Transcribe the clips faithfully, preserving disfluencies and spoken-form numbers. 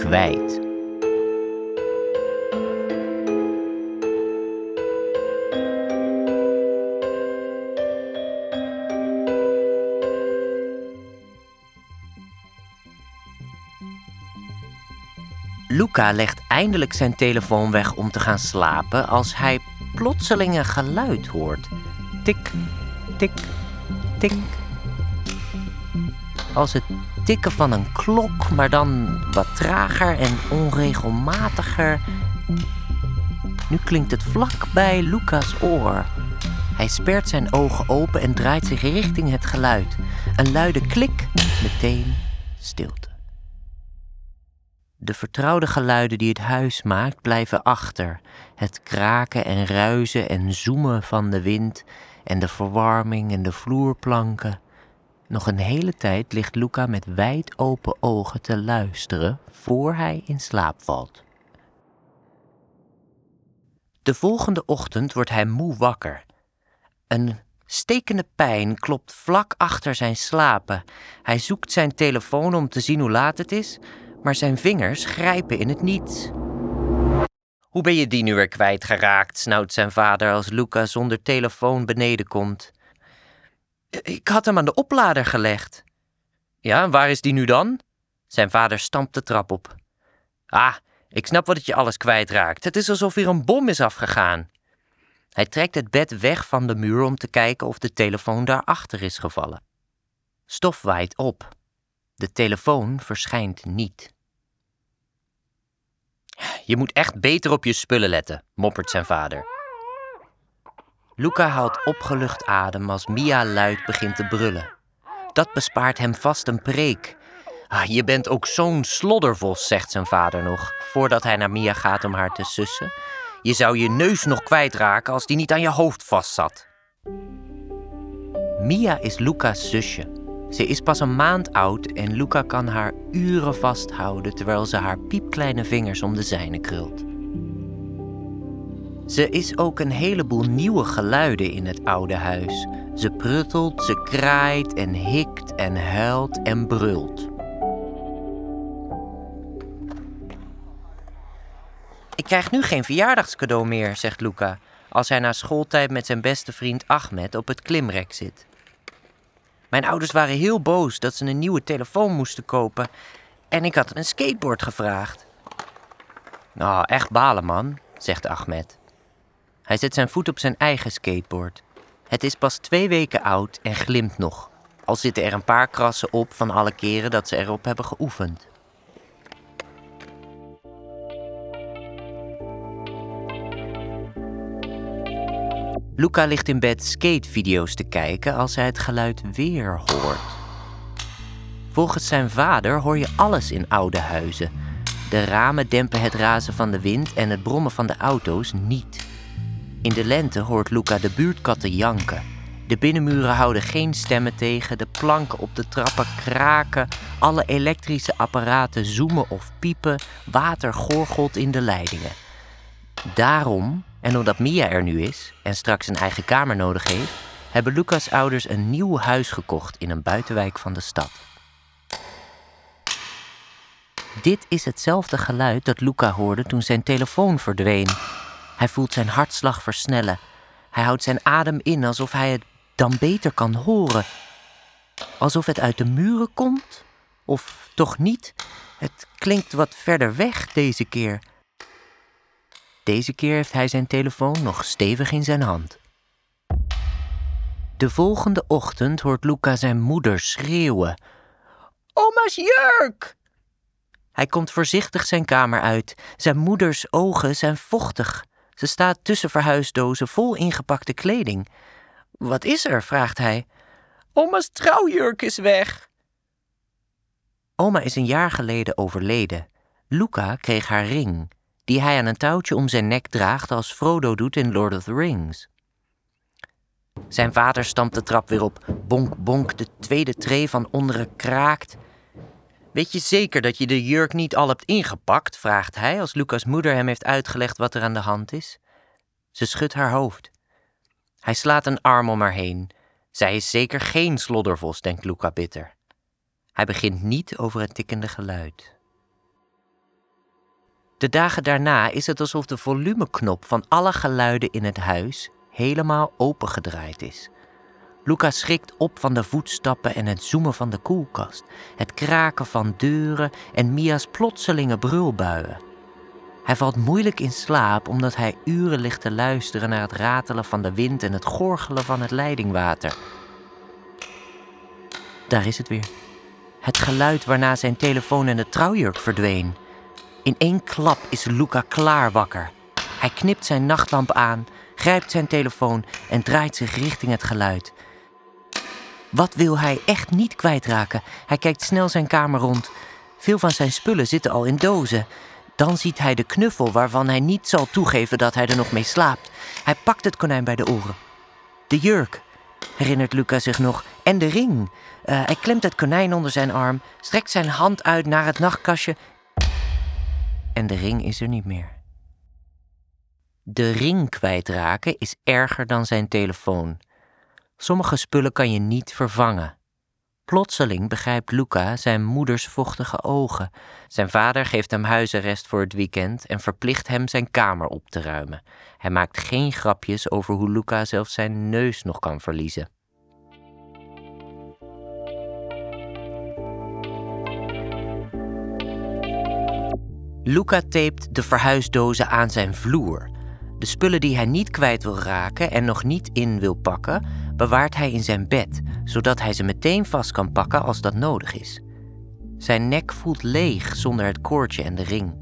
kwijt. Luca legt eindelijk zijn telefoon weg om te gaan slapen als hij plotseling een geluid hoort. Tik, tik, tik. Als het tikken van een klok, maar dan wat trager en onregelmatiger. Nu klinkt het vlak bij Luca's oor. Hij spert zijn ogen open en draait zich richting het geluid. Een luide klik, meteen stilte. De vertrouwde geluiden die het huis maakt blijven achter. Het kraken en ruizen en zoemen van de wind en de verwarming en de vloerplanken. Nog een hele tijd ligt Luca met wijd open ogen te luisteren voor hij in slaap valt. De volgende ochtend wordt hij moe wakker. Een stekende pijn klopt vlak achter zijn slapen. Hij zoekt zijn telefoon om te zien hoe laat het is, maar zijn vingers grijpen in het niets. Hoe ben je die nu weer kwijtgeraakt, snauwt zijn vader als Luca zonder telefoon beneden komt. Ik had hem aan de oplader gelegd. Ja, en waar is die nu dan? Zijn vader stampt de trap op. Ah, ik snap wat het je alles kwijtraakt. Het is alsof hier een bom is afgegaan. Hij trekt het bed weg van de muur om te kijken of de telefoon daarachter is gevallen. Stof waait op. De telefoon verschijnt niet. Je moet echt beter op je spullen letten, moppert zijn vader. Luca haalt opgelucht adem als Mia luid begint te brullen. Dat bespaart hem vast een preek. Ah, je bent ook zo'n sloddervos, zegt zijn vader nog, voordat hij naar Mia gaat om haar te sussen. Je zou je neus nog kwijtraken als die niet aan je hoofd vastzat. Mia is Luca's zusje. Ze is pas een maand oud en Luca kan haar uren vasthouden terwijl ze haar piepkleine vingers om de zijne krult. Ze is ook een heleboel nieuwe geluiden in het oude huis. Ze pruttelt, ze kraait en hikt en huilt en brult. Ik krijg nu geen verjaardagscadeau meer, zegt Luca, als hij na schooltijd met zijn beste vriend Ahmed op het klimrek zit. Mijn ouders waren heel boos dat ze een nieuwe telefoon moesten kopen en ik had een skateboard gevraagd. Nou, echt balen, man, zegt Ahmed. Hij zet zijn voet op zijn eigen skateboard. Het is pas twee weken oud en glimt nog, al zitten er een paar krassen op van alle keren dat ze erop hebben geoefend. Luca ligt in bed skatevideo's te kijken als hij het geluid weer hoort. Volgens zijn vader hoor je alles in oude huizen. De ramen dempen het razen van de wind en het brommen van de auto's niet. In de lente hoort Luca de buurtkatten janken. De binnenmuren houden geen stemmen tegen, de planken op de trappen kraken, alle elektrische apparaten zoemen of piepen, water gorgelt in de leidingen. Daarom, en omdat Mia er nu is en straks een eigen kamer nodig heeft, hebben Luca's ouders een nieuw huis gekocht in een buitenwijk van de stad. Dit is hetzelfde geluid dat Luca hoorde toen zijn telefoon verdween. Hij voelt zijn hartslag versnellen. Hij houdt zijn adem in alsof hij het dan beter kan horen. Alsof het uit de muren komt? Of toch niet? Het klinkt wat verder weg deze keer. Deze keer heeft hij zijn telefoon nog stevig in zijn hand. De volgende ochtend hoort Luca zijn moeder schreeuwen. Oma's jurk! Hij komt voorzichtig zijn kamer uit. Zijn moeders ogen zijn vochtig. Ze staat tussen verhuisdozen vol ingepakte kleding. Wat is er? Vraagt hij. Oma's trouwjurk is weg. Oma is een jaar geleden overleden. Luca kreeg haar ring, die hij aan een touwtje om zijn nek draagt als Frodo doet in Lord of the Rings. Zijn vader stampt de trap weer op. Bonk, bonk, de tweede tree van onderen kraakt. Weet je zeker dat je de jurk niet al hebt ingepakt? Vraagt hij als Luca's moeder hem heeft uitgelegd wat er aan de hand is. Ze schudt haar hoofd. Hij slaat een arm om haar heen. Zij is zeker geen sloddervos, denkt Luca bitter. Hij begint niet over het tikkende geluid. De dagen daarna is het alsof de volumeknop van alle geluiden in het huis helemaal opengedraaid is. Luca schrikt op van de voetstappen en het zoemen van de koelkast, het kraken van deuren en Mia's plotselinge brulbuien. Hij valt moeilijk in slaap omdat hij uren ligt te luisteren naar het ratelen van de wind en het gorgelen van het leidingwater. Daar is het weer. Het geluid waarna zijn telefoon en de trouwjurk verdween. In één klap is Luca klaar wakker. Hij knipt zijn nachtlamp aan, grijpt zijn telefoon en draait zich richting het geluid. Wat wil hij echt niet kwijtraken? Hij kijkt snel zijn kamer rond. Veel van zijn spullen zitten al in dozen. Dan ziet hij de knuffel waarvan hij niet zal toegeven dat hij er nog mee slaapt. Hij pakt het konijn bij de oren. De jurk, herinnert Luca zich nog, en de ring. Uh, hij klemt het konijn onder zijn arm, strekt zijn hand uit naar het nachtkastje. En de ring is er niet meer. De ring kwijtraken is erger dan zijn telefoon. Sommige spullen kan je niet vervangen. Plotseling begrijpt Luca zijn moeders vochtige ogen. Zijn vader geeft hem huisarrest voor het weekend en verplicht hem zijn kamer op te ruimen. Hij maakt geen grapjes over hoe Luca zelfs zijn neus nog kan verliezen. Luca tapet de verhuisdozen aan zijn vloer. De spullen die hij niet kwijt wil raken en nog niet in wil pakken, bewaart hij in zijn bed, zodat hij ze meteen vast kan pakken als dat nodig is. Zijn nek voelt leeg zonder het koordje en de ring.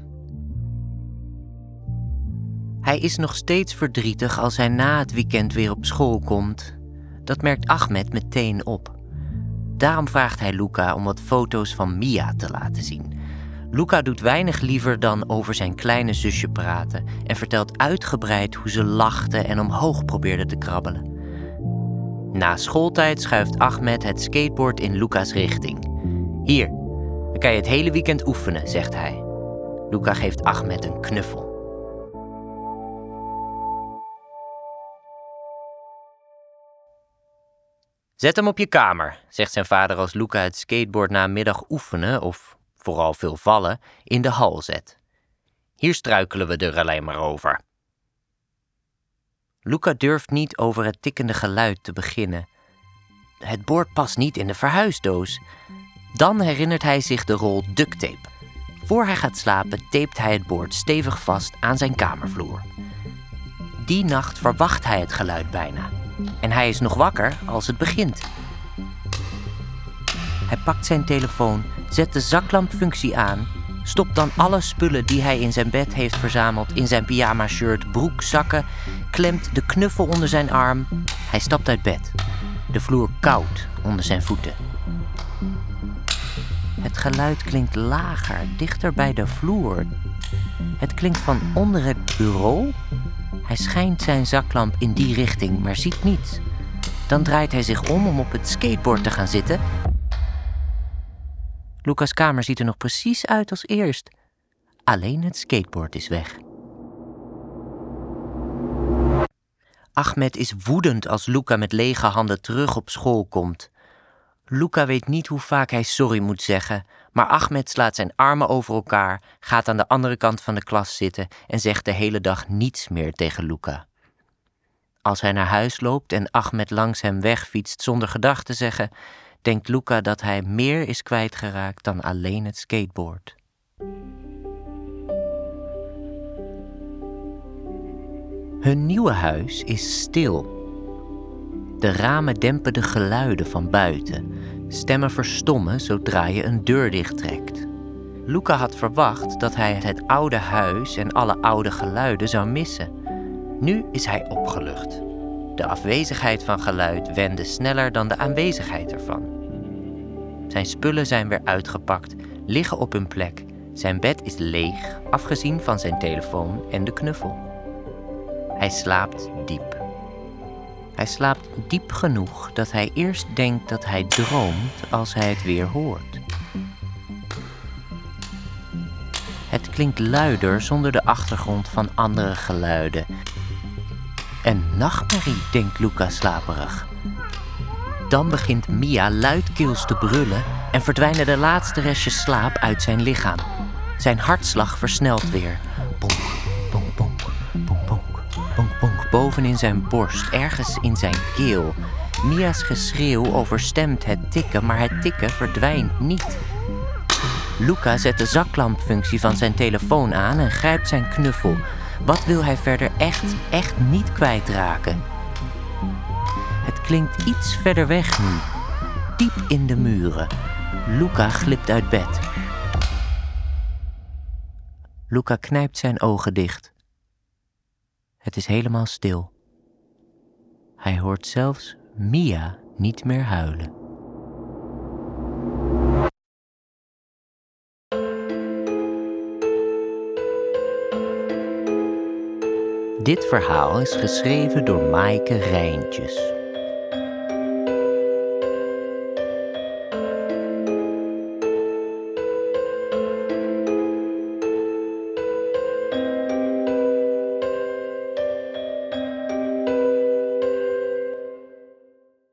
Hij is nog steeds verdrietig als hij na het weekend weer op school komt. Dat merkt Ahmed meteen op. Daarom vraagt hij Luca om wat foto's van Mia te laten zien. Luca doet weinig liever dan over zijn kleine zusje praten en vertelt uitgebreid hoe ze lachte en omhoog probeerde te krabbelen. Na schooltijd schuift Ahmed het skateboard in Luca's richting. Hier, dan kan je het hele weekend oefenen, zegt hij. Luca geeft Ahmed een knuffel. Zet hem op je kamer, zegt zijn vader als Luca het skateboard na een middag oefenen, of vooral veel vallen, in de hal zet. Hier struikelen we er alleen maar over. Luca durft niet over het tikkende geluid te beginnen. Het bord past niet in de verhuisdoos. Dan herinnert hij zich de rol ducttape. Voor hij gaat slapen tapet hij het bord stevig vast aan zijn kamervloer. Die nacht verwacht hij het geluid bijna. En hij is nog wakker als het begint. Hij pakt zijn telefoon, zet de zaklampfunctie aan, stopt dan alle spullen die hij in zijn bed heeft verzameld in zijn pyjama-shirt, broek, zakken, klemt de knuffel onder zijn arm. Hij stapt uit bed. De vloer koud onder zijn voeten. Het geluid klinkt lager, dichter bij de vloer. Het klinkt van onder het bureau. Hij schijnt zijn zaklamp in die richting, maar ziet niets. Dan draait hij zich om om op het skateboard te gaan zitten. Luca's kamer ziet er nog precies uit als eerst. Alleen het skateboard is weg. Ahmed is woedend als Luca met lege handen terug op school komt. Luca weet niet hoe vaak hij sorry moet zeggen, maar Ahmed slaat zijn armen over elkaar, gaat aan de andere kant van de klas zitten en zegt de hele dag niets meer tegen Luca. Als hij naar huis loopt en Ahmed langs hem wegfietst zonder gedag te zeggen, denkt Luca dat hij meer is kwijtgeraakt dan alleen het skateboard. Hun nieuwe huis is stil. De ramen dempen de geluiden van buiten. Stemmen verstommen zodra je een deur dichttrekt. Luca had verwacht dat hij het oude huis en alle oude geluiden zou missen. Nu is hij opgelucht. De afwezigheid van geluid wende sneller dan de aanwezigheid ervan. Zijn spullen zijn weer uitgepakt, liggen op hun plek. Zijn bed is leeg, afgezien van zijn telefoon en de knuffel. Hij slaapt diep. Hij slaapt diep genoeg dat hij eerst denkt dat hij droomt als hij het weer hoort. Het klinkt luider zonder de achtergrond van andere geluiden. Een nachtmerrie, denkt Luca slaperig. Dan begint Mia luidkeels te brullen en verdwijnen de laatste restjes slaap uit zijn lichaam. Zijn hartslag versnelt weer. Bonk, bonk, bonk, bonk, bonk, bonk, bonk. Boven in zijn borst, ergens in zijn keel. Mia's geschreeuw overstemt het tikken, maar het tikken verdwijnt niet. Luca zet de zaklampfunctie van zijn telefoon aan en grijpt zijn knuffel. Wat wil hij verder echt, echt niet kwijtraken? Het klinkt iets verder weg nu. Diep in de muren. Luca glipt uit bed. Luca knijpt zijn ogen dicht. Het is helemaal stil. Hij hoort zelfs Mia niet meer huilen. Dit verhaal is geschreven door Maaike Rijntjes.